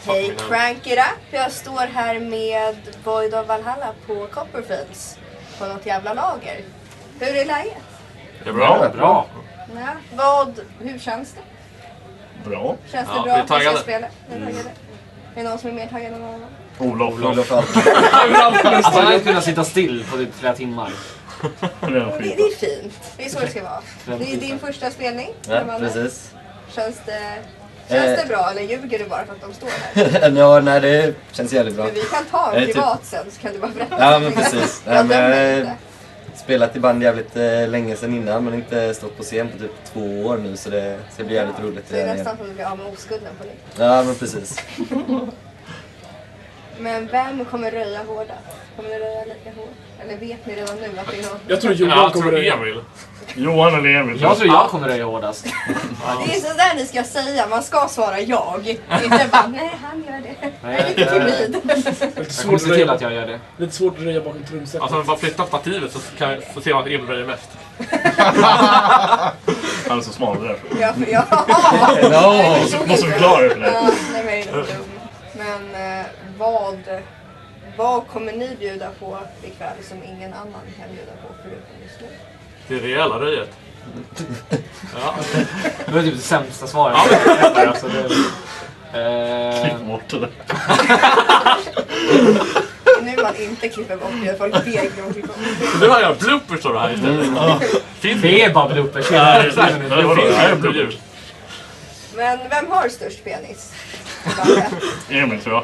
Hej, crank it up! Jag står här med Void of Valhalla på Copperfields på något jävla lager. Hur är läget? Det är bra. Ja, hur känns det? Bra. Känns det bra att vi ska spela? Är det någon som är mer taggad än någon annan? Olof. Alltså han hade kunnat sitta still på typ flera timmar. Det är fint. Det är så det ska vara. Det är din första spelning. Ja, precis. Känns det bra eller ljuger du bara för att de står här? Ja, nej, det känns jävligt bra. Men vi kan ta en privat sen så kan du bara berätta. Ja, men precis. Jag har spelat i band jävligt länge sedan innan men inte stått på scen på typ 2 år nu så det ska bli jävligt roligt. Det är nästan som att du blir av med oskulden på nytt. Ja, men precis. Men vem kommer röja hårdast? Kommer ni röja lika hårt? Eller vet ni redan nu att det är någon? Jag tror Johan kommer röja. Johan eller Emil. Jag tror jag kommer röja hårdast. Det är sådär ni ska säga. Man ska svara jag. Inte bara, nej han gör det. Jag är lite timid. Jag kommer se till att jag gör det. Lite svårt att röja bakom trumset. Alltså om man bara flyttar stativet så ser man att Emil röjer mest. Han är så smal det där. Ja. Måste förklara det för dig. Ja, nej men det är inte dum. Men vad kommer ni bjuda på ikväll som ingen annan kan bjuda på förutom just nu? Det är rejäla röjet. Ja. Det var typ det sämsta svaret. Alltså, Klipp bort det. Nu man inte klipper bort det. Folk ber om klippa bort det. Nu har jag bloopers av det här istället. Det är bara bloopers. Men vem har störst penis? Emil tror jag.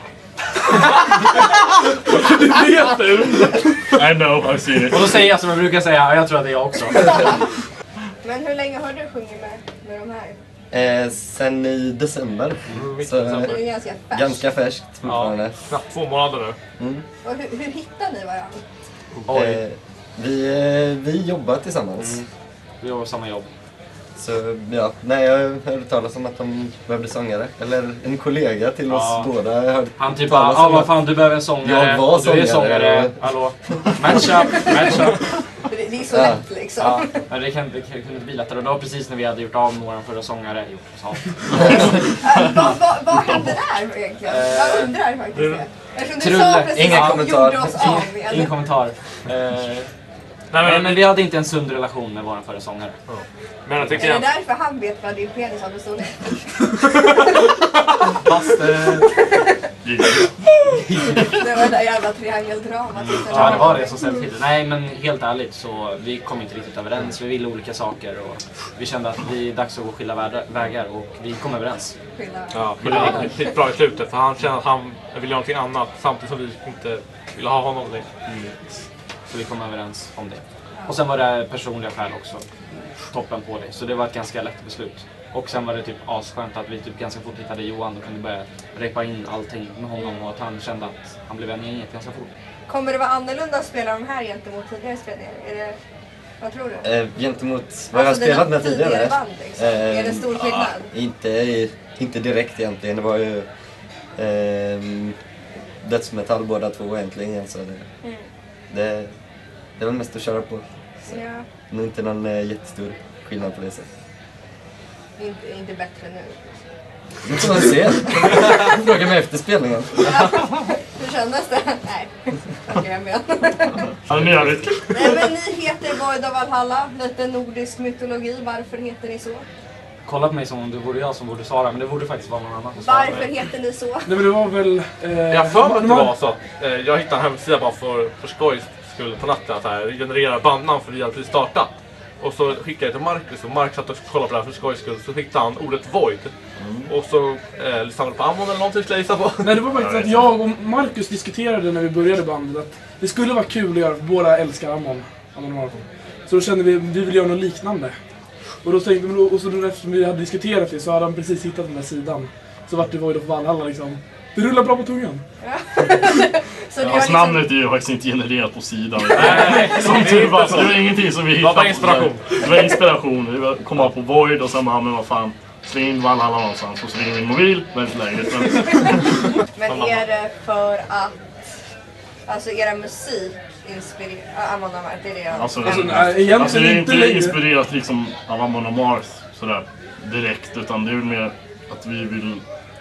Du vet du! I know, I've seen it. Och då säger jag som jag brukar säga, jag tror att det är jag också. Men hur länge har du sjungit med de här? Sen i december. Så Det är ganska färskt. ganska färskt fortfarande. Knappt 2 månader nu. Och hur hittar ni varandra? Oj. Vi jobbar tillsammans. Vi har samma jobb. Så ja, nej, jag hörde talas om att de behövde sångare. Eller en kollega till oss båda. Han typ bara, vad fan du behöver en sångare. Jag var sångare. Du är sångare. Hallå. Match up. Det är så lätt liksom. Ja, men det kunde bli lättare. Och det var precis när vi hade gjort av med vår förra sångare. Vad hände där egentligen? Jag undrar faktiskt det. Eftersom du sa precis ingen att de kommentar. gjorde oss av med. Ingen kommentar. Nej, men vi hade inte en sund relation med vår förra sångare. Men jag tycker är det därför han vet vad din penis har för storlek? Det var det där jävla triangeldramat. Ja, det var det som ställde till det. Nej, men helt ärligt så vi kom inte riktigt överens. Vi ville olika saker och vi kände att det är dags att gå skilda vägar och vi kom överens. Ja, det var riktigt bra i slutet för han kände att han ville göra någonting annat samtidigt som vi inte ville ha honom det. Så vi kom överens om det. Och sen var det personliga skäl också. Toppen på det. Så det var ett ganska lätt beslut. Och sen var det typ asskönt att vi typ ganska fort hittade Johan och kunde börja repa in allting med honom och att han kände att han blev en i gänget ganska fort. Kommer det vara annorlunda att spela de här gentemot tidigare spelningar? Vad tror du? Gentemot vad jag har spelat med tidigare? Band, liksom. Är det stor skillnad? Inte direkt egentligen. Det var ju dödsmetall båda två egentligen. Så det var mest att köra på. Så. Ja. Det är inte någon jättestor skillnad på det sättet. Inte bättre nu. Det får man se. Fråga mig efter spelningen. Ja. Hur kändes det? Nej. Okej, jag med. Nej, men ni heter Void of Valhalla. Lite nordisk mytologi. Varför heter ni så? Kolla på mig som om det vore jag som borde svara, men det borde faktiskt vara någon annan som Varför svarade. heter ni så? Nej, men det var väl... Jag för mig att det var så. Jag hittade en hemsida bara för skojs skull på natten. Att här, generera bandnamn för vi hade precis startat. Och så skickade jag till Marcus och Marcus satt och kollade på det här för skojs skull. Så hittade han ordet Void. Och så samlade på Ammon eller någonting skulle jag gissa på. Nej, det var faktiskt att jag och Marcus diskuterade när vi började bandet att det skulle vara kul att göra, för båda älskar Ammon. Så då kände vi vill göra något liknande. Och då tänkte vi, och så då eftersom vi hade diskuterat det så hade han precis hittat den där sidan. Så vart det Void of Valhalla liksom. Det rullar bra på tungan. Ja. Så det Alltså, namnet är ju faktiskt inte genererat på sidan. Nej, som tur var, så det var ingenting som vi hittade. Det var inspiration. Det var inspiration. Vi kom på Void och sen bara, men vad fan. Släng in Valhalla någonstans och så ringer min mobil. Väldigt lägligt. Men är det för att alltså era musik inspirerar Amon Amarth? Det är det alltså, egentligen det är inte inspirerat liksom av Amon Amarth sådär direkt, utan det är mer att vi vill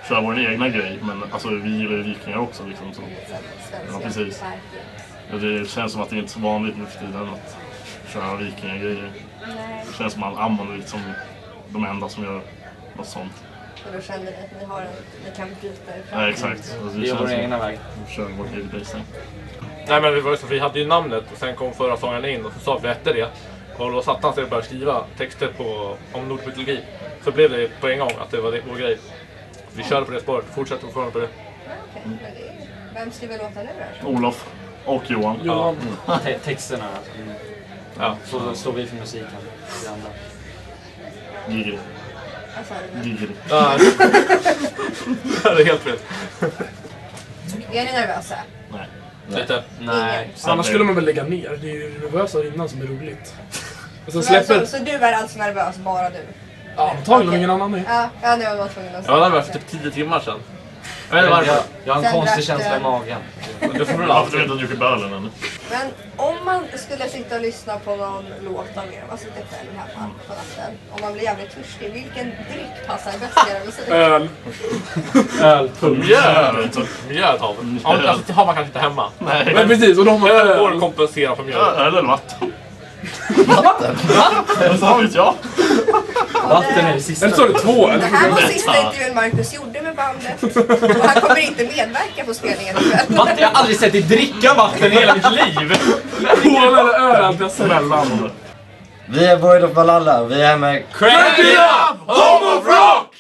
köra vår egna grej. Men alltså, vi gillar ju vikingar också. Liksom, så. Ja, precis. Ja, det känns som att det inte är så vanligt nu för tiden att köra vikingagrejer. Det känns som att Ammon är liksom de enda som gör något sånt. Och då känner ni att ni kan bryta er fram. Ja, exakt. Alltså, Vi gör vår egna väg. Vi kör vårt eget race. Nej, men vi hade ju namnet och sen kom förra sångaren in och så sa vi efter det. Och då satt han sig och började skriva texter om nordisk mytologi. Så blev det på en gång att det var vår grej. Vi körde på det spåret, fortsätter fortfarande på det. Okej, men vem skriver låtar nu då? Olof och Johan. Johan. Texterna. Ja. Så står vi för musiken. Vi andra. Gigri. Vad sa du? Gigri. Ja. Det är helt fel. Är ni nervösa? Nej. Lite. Nej. Annars skulle man väl lägga ner. Det är ju nervösa innan som är roligt. Och sen Så släpper... du är alltså nervös, bara du? Ja, antagligen ingen annan är. Ja, nu var jag tvungen att Jag var nervös för typ 10 timmar sedan. Jag vet inte varför. Jag har en Sen konstig drack, känsla i magen. Det får väl Varför du alltid. inte har druckit bölen ännu? Men om man skulle sitta och lyssna på någon låt av er, man sitter själv hemma på natten, om man blir jävligt törstig, vilken dryck passar bäst till er musik? Öl. Öl. Mjöd har vi. Ja, alltså, det har man kanske inte hemma. Nej. Men precis, och de har Mjöd går öl. att kompensera för mjöd. Eller vatten. Vatten? Så vet jag. Vatten är det sista. Eller så är det 2. Det här var sista intervjun Marcus gjorde med bandet. Och han kommer inte medverka på spelningen ikväll. Vatten, jag har aldrig sett dig dricka vatten i hela mitt liv. Kol eller öl, allt jag säger. Mellan. Vi är Void of Valhalla. Vi är med Crank it up! Home of rock!